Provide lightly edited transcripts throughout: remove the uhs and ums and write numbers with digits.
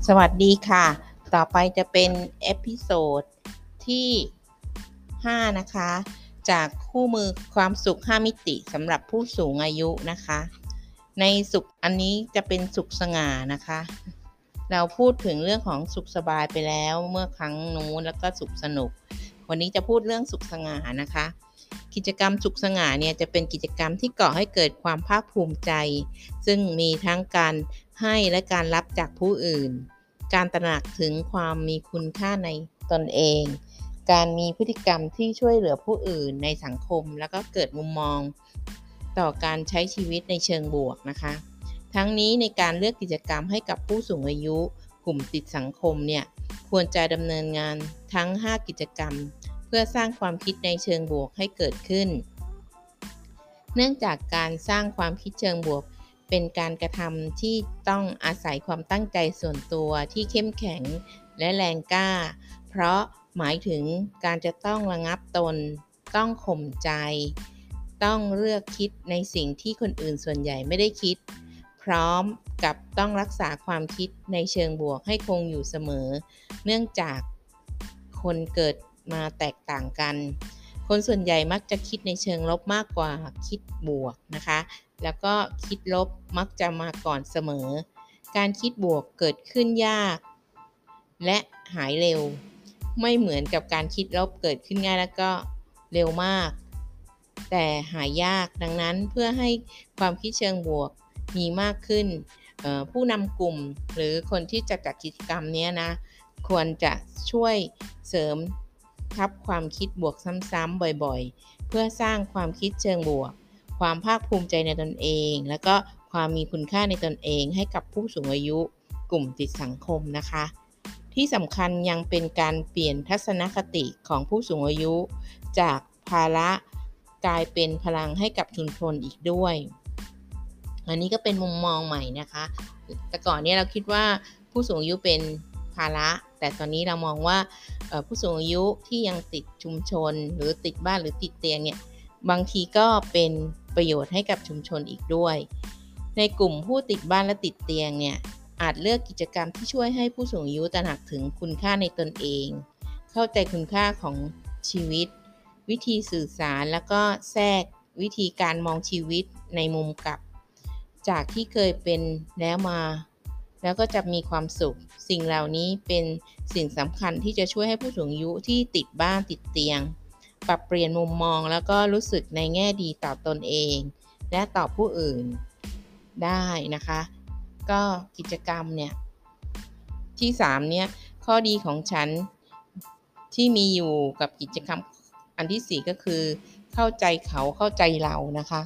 สวัสดีค่ะต่อไปจะเป็นเอพิโซดที่5นะคะจากคู่มือความสุข5มิติสำหรับผู้สูงอายุนะคะในสุขอันนี้จะเป็นสุขสง่านะคะเราพูดถึงเรื่องของสุขสบายไปแล้วเมื่อครั้งนู้นแล้วก็สุขสนุกวันนี้จะพูดเรื่องสุขสง่านะคะกิจกรรมสุขสง่าเนี่ยจะเป็นกิจกรรมที่ก่อให้เกิดความภาคภูมิใจซึ่งมีทั้งการให้และการรับจากผู้อื่นการตระหนักถึงความมีคุณค่าในตนเองการมีพฤติกรรมที่ช่วยเหลือผู้อื่นในสังคมแล้วก็เกิดมุมมองต่อการใช้ชีวิตในเชิงบวกนะคะทั้งนี้ในการเลือกกิจกรรมให้กับผู้สูงอายุกลุ่มติดสังคมเนี่ยควรจะดำเนินงานทั้ง5กิจกรรมเพื่อสร้างความคิดในเชิงบวกให้เกิดขึ้นเนื่องจากการสร้างความคิดเชิงบวกเป็นการกระทำที่ต้องอาศัยความตั้งใจส่วนตัวที่เข้มแข็งและแรงกล้าเพราะหมายถึงการจะต้องระงับตนต้องข่มใจต้องเลือกคิดในสิ่งที่คนอื่นส่วนใหญ่ไม่ได้คิดพร้อมกับต้องรักษาความคิดในเชิงบวกให้คงอยู่เสมอเนื่องจากคนเกิดมาแตกต่างกันคนส่วนใหญ่มักจะคิดในเชิงลบมากกว่าคิดบวกนะคะแล้วก็คิดลบมักจะมาก่อนเสมอการคิดบวกเกิดขึ้นยากและหายเร็วไม่เหมือนกับการคิดลบเกิดขึ้นง่ายแล้วก็เร็วมากแต่หายยากดังนั้นเพื่อให้ความคิดเชิงบวกมีมากขึ้นผู้นำกลุ่มหรือคนที่จะจัดกิจกรรมนี้นะควรจะช่วยเสริมทับความคิดบวกซ้ำๆบ่อยๆเพื่อสร้างความคิดเชิงบวกความภาคภูมิใจในตนเองและก็ความมีคุณค่าในตนเองให้กับผู้สูงอายุกลุ่มติดสังคมนะคะที่สำคัญยังเป็นการเปลี่ยนทัศนคติของผู้สูงอายุจากภาระกลายเป็นพลังให้กับชุมชนอีกด้วยอันนี้ก็เป็นมุมมองใหม่นะคะแต่ก่อนนี้เราคิดว่าผู้สูงอายุเป็นภาระแต่ตอนนี้เรามองว่าผู้สูงอายุที่ยังติดชุมชนหรือติดบ้านหรือติดเตียงเนี่ยบางทีก็เป็นประโยชน์ให้กับชุมชนอีกด้วยในกลุ่มผู้ติดบ้านและติดเตียงเนี่ยอาจเลือกกิจกรรมที่ช่วยให้ผู้สูงอายุตระหนักถึงคุณค่าในตนเองเข้าใจคุณค่าของชีวิตวิธีสื่อสารแล้วก็แทรกวิธีการมองชีวิตในมุมกลับจากที่เคยเป็นแล้วก็จะมีความสุขสิ่งเหล่านี้เป็นสิ่งสำคัญที่จะช่วยให้ผู้สูงอายุที่ติดบ้านติดเตียงปรับเปลี่ยนมุมมองแล้วก็รู้สึกในแง่ดีต่อตนเองและต่อผู้อื่นได้นะคะก็กิจกรรมเนี่ยที่3เนี่ยข้อดีของฉันที่มีอยู่กับกิจกรรมอันที่4ก็คือเข้าใจเขาเข้าใจเรานะคะ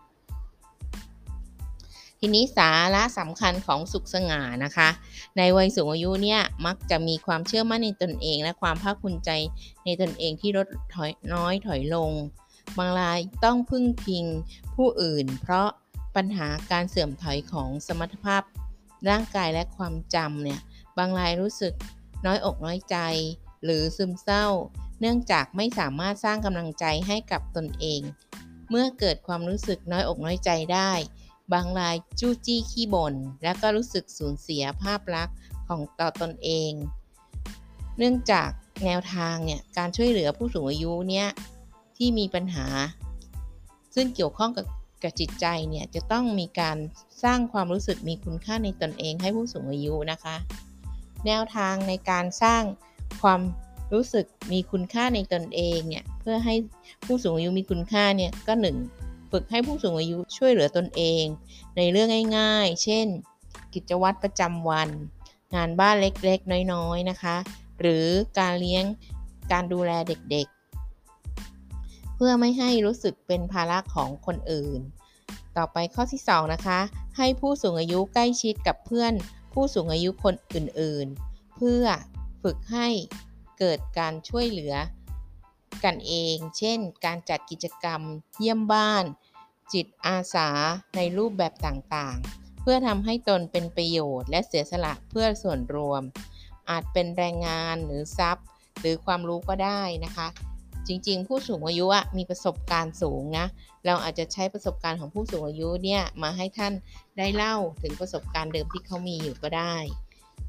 ทีนี้สาระสำคัญของสุขสง่านะคะในวัยสูงอายุเนี่ยมักจะมีความเชื่อมั่นในตนเองและความภาคภูมิใจในตนเองที่ลดถอยลงบางรายต้องพึ่งพิงผู้อื่นเพราะปัญหาการเสื่อมถอยของสมรรถภาพร่างกายและความจำเนี่ยบางรายรู้สึกน้อยอกน้อยใจหรือซึมเศร้าเนื่องจากไม่สามารถสร้างกำลังใจให้กับตนเองเมื่อเกิดความรู้สึกน้อยอกน้อยใจได้บางรายจู้จี้ขี้บ่นและก็รู้สึกสูญเสียภาพลักษณ์ของต่อตนเองเนื่องจากแนวทางเนี่ยการช่วยเหลือผู้สูงอายุเนี่ยที่มีปัญหาซึ่งเกี่ยวข้องกับจิตใจเนี่ยจะต้องมีการสร้างความรู้สึกมีคุณค่าในตนเองให้ผู้สูงอายุนะคะแนวทางในการสร้างความรู้สึกมีคุณค่าในตนเองเนี่ยเพื่อให้ผู้สูงอายุมีคุณค่าเนี่ยก็1ฝึกให้ผู้สูงอายุช่วยเหลือตนเองในเรื่องง่ายๆเช่นกิจวัตรประจำวันงานบ้านเล็กๆน้อยๆนะคะหรือการเลี้ยงการดูแลเด็กๆเพื่อไม่ให้รู้สึกเป็นภาระของคนอื่นต่อไปข้อที่2นะคะให้ผู้สูงอายุใกล้ชิดกับเพื่อนผู้สูงอายุคนอื่นๆเพื่อฝึกให้เกิดการช่วยเหลือกันเองเช่นการจัดกิจกรรมเยี่ยมบ้านจิตอาสาในรูปแบบต่างๆเพื่อทำให้ตนเป็นประโยชน์และเสียสละเพื่อส่วนรวมอาจเป็นแรงงานหรือทรัพย์หรือความรู้ก็ได้นะคะจริงๆผู้สูงอายุมีประสบการณ์สูงนะเราอาจจะใช้ประสบการณ์ของผู้สูงอายุเนี่ยมาให้ท่านได้เล่าถึงประสบการณ์เดิมที่เขามีอยู่ก็ได้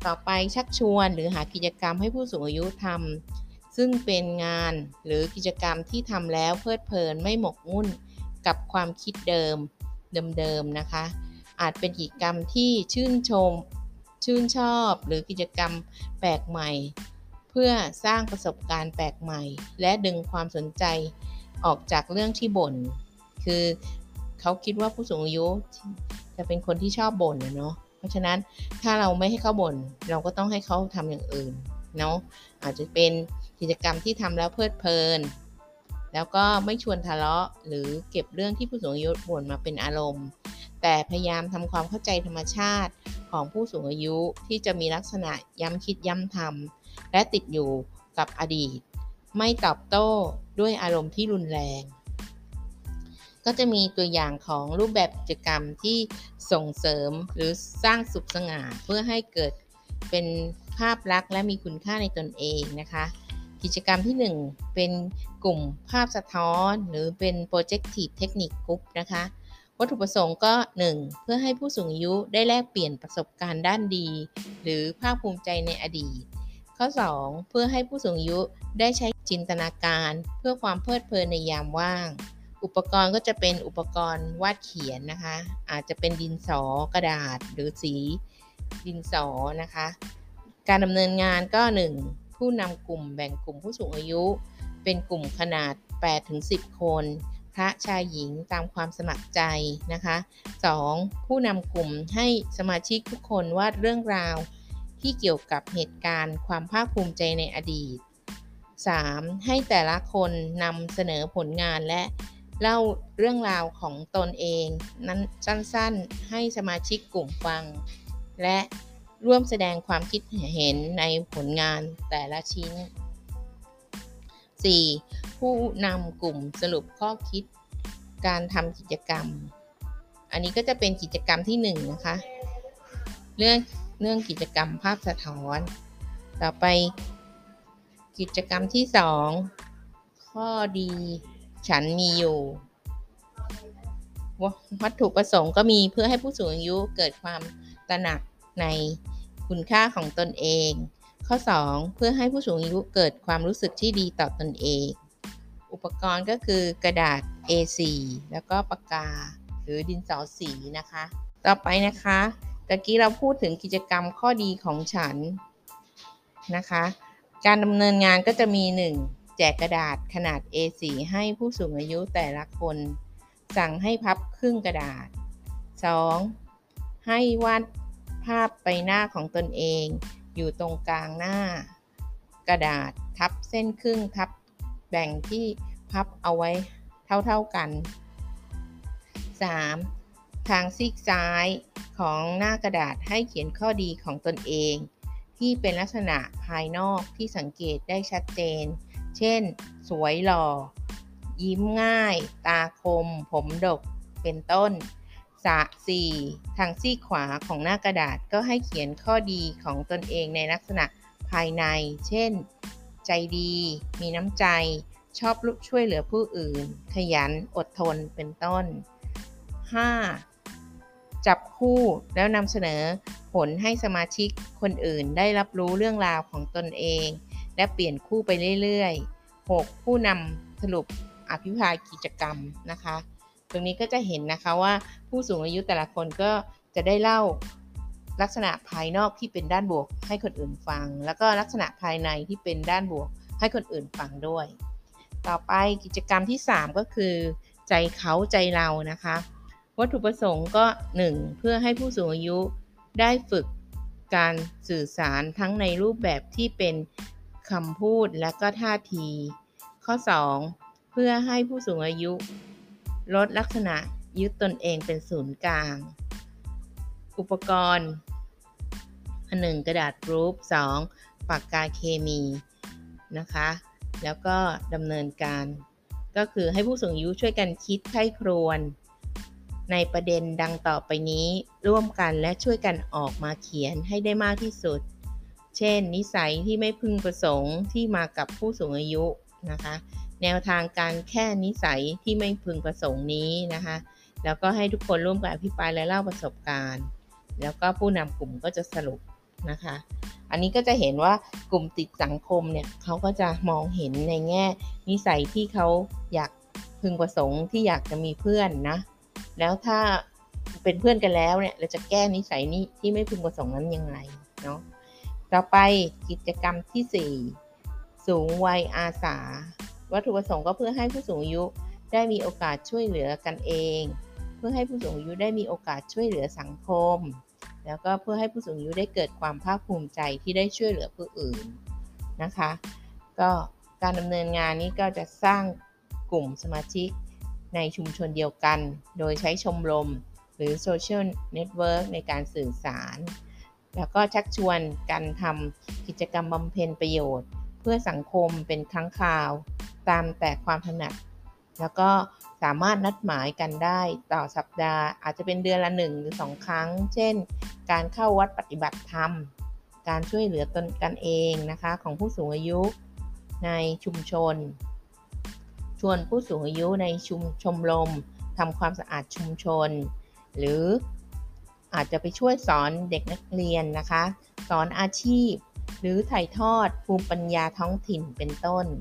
ต่อไปชักชวนหรือหากิจกรรมให้ผู้สูงอายุทำซึ่งเป็นงานหรือกิจกรรมที่ทำแล้วเพลิดเพลินไม่หมกมุ่นกับความคิดเดิมนะคะอาจเป็นกิจกรรมที่ชื่นชอบหรือกิจกรรมแปลกใหม่เพื่อสร้างประสบการณ์แปลกใหม่และดึงความสนใจออกจากเรื่องที่บ่นคือเขาคิดว่าผู้สูงอายุจะเป็นคนที่ชอบบ่นเนาะเพราะฉะนั้นถ้าเราไม่ให้เขาบ่นเราก็ต้องให้เขาทำอย่างอื่นเนาะอาจจะเป็นกิจกรรมที่ทำแล้วเพลิดเพลินแล้วก็ไม่ชวนทะเลาะหรือเก็บเรื่องที่ผู้สูงอายุบ่นมาเป็นอารมณ์แต่พยายามทำความเข้าใจธรรมชาติของผู้สูงอายุที่จะมีลักษณะย้ำคิดย้ำทำและติดอยู่กับอดีตไม่ตอบโต้ด้วยอารมณ์ที่รุนแรงก็จะมีตัวอย่างของรูปแบบกิจกรรมที่ส่งเสริมหรือสร้างสุขสง่าเพื่อให้เกิดเป็นภาพลักษณ์และมีคุณค่าในตนเองนะคะกิจกรรมที่1เป็นกลุ่มภาพสะท้อนหรือเป็น Projective Technique Group นะคะวัตถุประสงค์ก็ 1. เพื่อให้ผู้สูงอายุได้แลกเปลี่ยนประสบการณ์ด้านดีหรือภาคภูมิใจในอดีตข้อ 2. เพื่อให้ผู้สูงอายุได้ใช้จินตนาการเพื่อความเพลิดเพลินในยามว่างอุปกรณ์ก็จะเป็นอุปกรณ์วาดเขียนนะคะอาจจะเป็นดินสอกระดาษหรือสีดินสอนะคะการดำเนินงานก็ 1. ผู้นำกลุ่มแบ่งกลุ่มผู้สูงอายุเป็นกลุ่มขนาด 8-10 คนพระชายหญิงตามความสมัครใจนะคะ 2. ผู้นำกลุ่มให้สมาชิกทุกคนวาดเรื่องราวที่เกี่ยวกับเหตุการณ์ความภาคภูมิใจในอดีต 3. ให้แต่ละคนนำเสนอผลงานและเล่าเรื่องราวของตนเองนั้นสั้นๆให้สมาชิกกลุ่มฟังและร่วมแสดงความคิดเห็นในผลงานแต่ละชิ้น 4. ผู้นำกลุ่มสรุปข้อคิดการทำกิจกรรมอันนี้ก็จะเป็นกิจกรรมที่1นะคะเรื่องกิจกรรมภาพสะท้อนต่อไปกิจกรรมที่2ข้อดีฉันมีอยู่วัตถุประสงค์ก็มีเพื่อให้ผู้สูงอายุเกิดความตระหนักในคุณค่าของตนเองข้อ 2 เพื่อให้ผู้สูงอายุเกิดความรู้สึกที่ดีต่อตนเองอุปกรณ์ก็คือกระดาษ A4 แล้วก็ปากกาหรือดินสอสีนะคะต่อไปนะคะตะกี้เราพูดถึงกิจกรรมข้อดีของฉันนะคะการดำเนินงานก็จะมี 1. แจกกระดาษขนาด A4 ให้ผู้สูงอายุแต่ละคนสั่งให้พับครึ่งกระดาษ 2. ให้วาดภาพใบหน้าของตนเองอยู่ตรงกลางหน้ากระดาษทับเส้นครึ่งทับแบ่งที่พับเอาไว้เท่ากัน 3. ทางซีกซ้ายของหน้ากระดาษให้เขียนข้อดีของตนเองที่เป็นลักษณะภายนอกที่สังเกตได้ชัดเจนเช่นสวยหล่อยิ้มง่ายตาคมผมดกเป็นต้น 4. ทางซีกขวาของหน้ากระดาษก็ให้เขียนข้อดีของตนเองในลักษณะภายในเช่นใจดีมีน้ำใจชอบช่วยเหลือผู้อื่นขยันอดทนเป็นต้น 5. จับคู่แล้วนำเสนอผลให้สมาชิกคนอื่นได้รับรู้เรื่องราวของตนเองและเปลี่ยนคู่ไปเรื่อยๆ 6. ผู้นำสรุปอภิปรายกิจกรรมนะคะตรงนี้ก็จะเห็นนะคะว่าผู้สูงอายุแต่ละคนก็จะได้เล่าลักษณะภายนอกที่เป็นด้านบวกให้คนอื่นฟังแล้วก็ลักษณะภายในที่เป็นด้านบวกให้คนอื่นฟังด้วยต่อไปกิจกรรมที่3ก็คือใจเขาใจเรานะคะวัตถุประสงค์ก็ 1. เพื่อให้ผู้สูงอายุได้ฝึกการสื่อสารทั้งในรูปแบบที่เป็นคำพูดและก็ท่าทีข้อ 2. เพื่อให้ผู้สูงอายุลดลักษณะยึดตนเองเป็นศูนย์กลางอุปกรณ์ 1. กระดาษรูป 2. ปากกาเคมีนะคะแล้วก็ดำเนินการก็คือให้ผู้สูงอายุช่วยกันคิดใคร่ครวญในประเด็นดังต่อไปนี้ร่วมกันและช่วยกันออกมาเขียนให้ได้มากที่สุดเช่นนิสัยที่ไม่พึงประสงค์ที่มากับผู้สูงอายุนะคะแนวทางการแก้นิสัยที่ไม่พึงประสงค์นี้นะคะแล้วก็ให้ทุกคนร่วมกันอภิปรายและเล่าประสบการณ์แล้วก็ผู้นำกลุ่มก็จะสรุปนะคะอันนี้ก็จะเห็นว่ากลุ่มติดสังคมเนี่ยเขาก็จะมองเห็นในแง่นิสัยที่เขาอยากพึงประสงค์ที่อยากจะมีเพื่อนนะแล้วถ้าเป็นเพื่อนกันแล้วเนี่ยเราจะแก้นิสัยนี้ที่ไม่พึงประสงค์นั้นยังไงเนาะต่อไปกิจกรรมที่4สูงวัยอาสาวัตถุประสงค์ก็เพื่อให้ผู้สูงอายุได้มีโอกาสช่วยเหลือกันเองเพื่อให้ผู้สูงอายุได้มีโอกาสช่วยเหลือสังคมแล้วก็เพื่อให้ผู้สูงอายุได้เกิดความภาคภูมิใจที่ได้ช่วยเหลือผู้อื่นนะคะก็การดำเนินงานนี้ก็จะสร้างกลุ่มสมาชิกในชุมชนเดียวกันโดยใช้ชมรมหรือโซเชียลเน็ตเวิร์กในการสื่อสารแล้วก็ชักชวนกันทำกิจกรรมบำเพ็ญประโยชน์เพื่อสังคมเป็นครั้งคราวตามแต่ความถนัดแล้วก็สามารถนัดหมายกันได้ต่อสัปดาห์อาจจะเป็นเดือนละ1 หรือ 2 ครั้งเช่นการเข้าวัดปฏิบัติธรรมการช่วยเหลือตนกันเองนะคะของผู้สูงอายุในชุมชนชวนผู้สูงอายุในชมรมทำความสะอาดชุมชนหรืออาจจะไปช่วยสอนเด็กนักเรียนนะคะสอนอาชีพหรือถ่ายทอดภูมิปัญญาท้องถิ่นเป็นต้น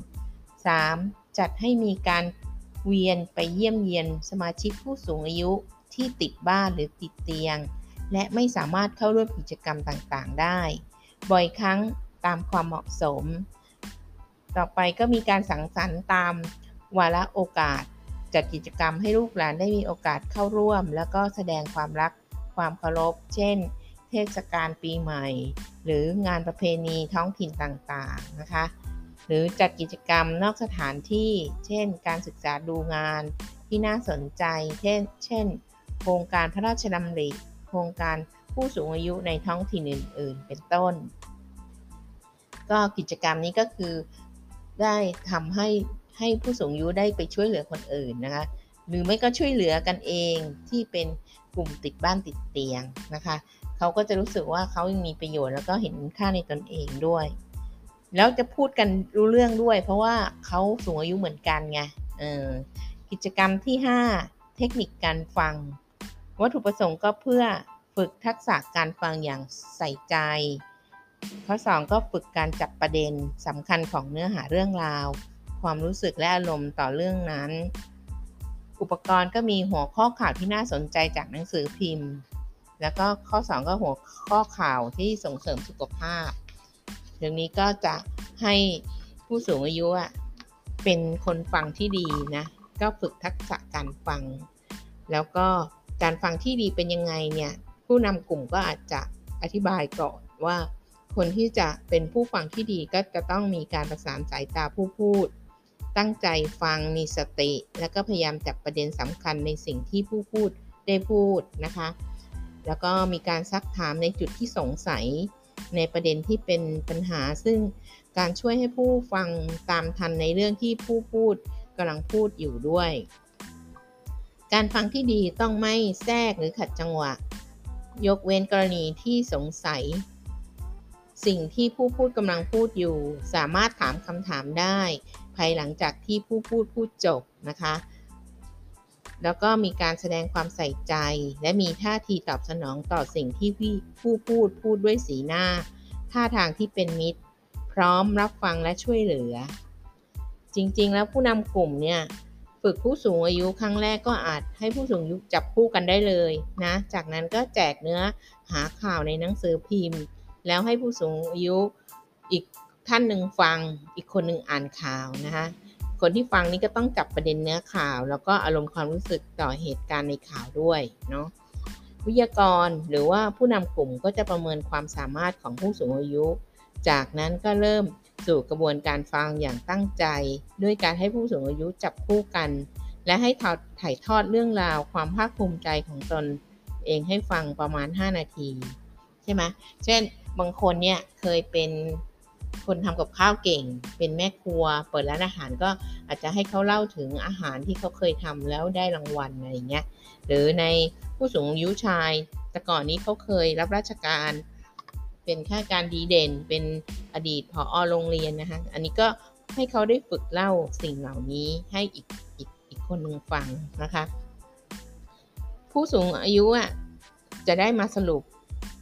3. จัดให้มีการเวียนไปเยี่ยมเยียนสมาชิกผู้สูงอายุที่ติดบ้านหรือติดเตียงและไม่สามารถเข้าร่วมกิจกรรมต่างๆได้บ่อยครั้งตามความเหมาะสมต่อไปก็มีการสังสรรค์ตามวาระโอกาสจัดกิจกรรมให้ลูกหลานได้มีโอกาสเข้าร่วมแล้วก็แสดงความรักความเคารพเช่นเทศกาลปีใหม่หรืองานประเพณีท้องถิ่นต่างๆนะคะหรือจัดกิจกรรมนอกสถานที่เช่นการศึกษาดูงานที่น่าสนใจเช่นโครงการพระราชดำริโครงการผู้สูงอายุในท้องถิ่นอื่นๆเป็นต้นก็กิจกรรมนี้ก็คือได้ทำให้ผู้สูงอายุได้ไปช่วยเหลือคนอื่นนะคะหรือไม่ก็ช่วยเหลือกันเองที่เป็นกลุ่มติดบ้านติดเตียงนะคะเขาก็จะรู้สึกว่าเขายังมีประโยชน์แล้วก็เห็นค่าในตนเองด้วยแล้วจะพูดกันรู้เรื่องด้วยเพราะว่าเขาสูงอายุเหมือนกันไงกิจกรรมที่5เทคนิคการฟังวัตถุประสงค์ก็เพื่อฝึกทักษะการฟังอย่างใส่ใจข้อ2ก็ฝึกการจับประเด็นสำคัญของเนื้อหาเรื่องราวความรู้สึกและอารมณ์ต่อเรื่องนั้นอุปกรณ์ก็มีหัวข้อข่าวที่น่าสนใจจากหนังสือพิมพ์แล้วก็ข้อ2ก็หัวข้อข่าวที่ส่งเสริมสุขภาพเรื่องนี้ก็จะให้ผู้สูงอายุเป็นคนฟังที่ดีนะก็ฝึกทักษะการฟังแล้วก็การฟังที่ดีเป็นยังไงเนี่ยผู้นำกลุ่มก็อาจจะอธิบายก่อนว่าคนที่จะเป็นผู้ฟังที่ดีก็จะต้องมีการประสานสายตาผู้พูดตั้งใจฟังมีสติแล้วก็พยายามจับประเด็นสำคัญในสิ่งที่ผู้พูดได้พูดนะคะแล้วก็มีการซักถามในจุดที่สงสัยในประเด็นที่เป็นปัญหาซึ่งการช่วยให้ผู้ฟังตามทันในเรื่องที่ผู้พูดกำลังพูดอยู่ด้วยการฟังที่ดีต้องไม่แทรกหรือขัดจังหวะยกเว้นกรณีที่สงสัยสิ่งที่ผู้พูดกำลังพูดอยู่สามารถถามคำถามได้ภายหลังจากที่ผู้พูดจบนะคะแล้วก็มีการแสดงความใส่ใจและมีท่าทีตอบสนองต่อสิ่งที่ผู้พูดด้วยสีหน้าท่าทางที่เป็นมิตรพร้อมรับฟังและช่วยเหลือจริงๆแล้วผู้นำกลุ่มเนี่ยฝึกผู้สูงอายุครั้งแรกก็อาจให้ผู้สูงอายุจับคู่กันได้เลยนะจากนั้นก็แจกเนื้อหาข่าวในหนังสือพิมพ์แล้วให้ผู้สูงอายุอีกท่านหนึ่งฟังอีกคนหนึ่งอ่านข่าวนะคะคนที่ฟังนี่ก็ต้องจับประเด็นเนื้อข่าวแล้วก็อารมณ์ความรู้สึกต่อเหตุการณ์ในข่าวด้วยเนาะวิทยากรหรือว่าผู้นำกลุ่มก็จะประเมินความสามารถของผู้สูงอายุจากนั้นก็เริ่มสู่กระบวนการฟังอย่างตั้งใจด้วยการให้ผู้สูงอายุจับคู่กันและให้ถ่ายทอดเรื่องราวความภาคภูมิใจของตนเองให้ฟังประมาณ5 นาทีใช่ไหมเช่นบางคนเนี่ยเคยเป็นคนทำกับข้าวเก่งเป็นแม่ครัวเปิดร้านอาหารก็อาจจะให้เขาเล่าถึงอาหารที่เขาเคยทำแล้วได้รางวัลอะไรเงี้ยหรือในผู้สูงอายุชายแต่ก่อนนี้เขาเคยรับราชการเป็นข้าราชการดีเด่นเป็นอดีตผอ.โรงเรียนนะคะอันนี้ก็ให้เขาได้ฝึกเล่าสิ่งเหล่านี้ให้อีกคนนึงฟังนะคะผู้สูงอายุจะได้มาสรุป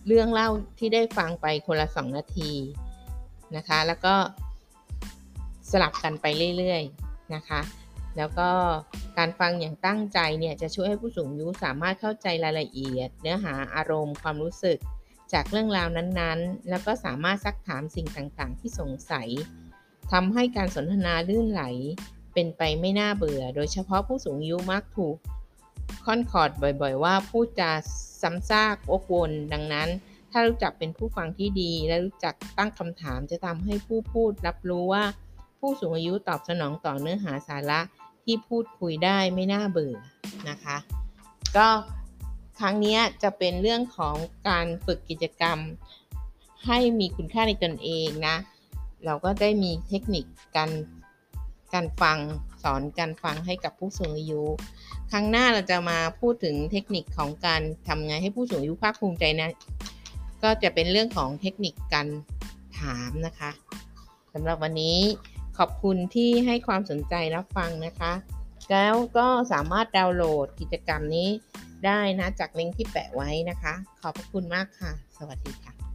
เรื่องเล่าที่ได้ฟังไปคนละ2 นาทีนะคะแล้วก็สลับกันไปเรื่อยๆนะคะแล้วก็การฟังอย่างตั้งใจเนี่ยจะช่วยให้ผู้สูงอายุสามารถเข้าใจรายละเอียดเนื้อหาอารมณ์ความรู้สึกจากเรื่องราวนั้นๆแล้วก็สามารถซักถามสิ่งต่างๆที่สงสัยทำให้การสนทนาลื่นไหลเป็นไปไม่น่าเบื่อโดยเฉพาะผู้สูงอายุมักถูกค่อนขอดบ่อยๆว่าพูดจาซ้ำซากวกวนดังนั้นถ้ารู้จักเป็นผู้ฟังที่ดีและรู้จักตั้งคำถามจะทำให้ผู้พูดรับรู้ว่าผู้สูงอายุตอบสนองต่อเนื้อหาสาระที่พูดคุยได้ไม่น่าเบื่อนะคะก็ครั้งนี้จะเป็นเรื่องของการฝึกกิจกรรมให้มีคุณค่าในตนเองนะเราก็ได้มีเทคนิคการฟังสอนการฟังให้กับผู้สูงอายุครั้งหน้าเราจะมาพูดถึงเทคนิคของการทำไงให้ผู้สูงอายุภาคภูมิใจนะก็จะเป็นเรื่องของเทคนิคการถามนะคะสำหรับวันนี้ขอบคุณที่ให้ความสนใจรับฟังนะคะแล้วก็สามารถดาวน์โหลดกิจกรรมนี้ได้นะจากลิงก์ที่แปะไว้นะคะขอบพระคุณมากค่ะสวัสดีค่ะ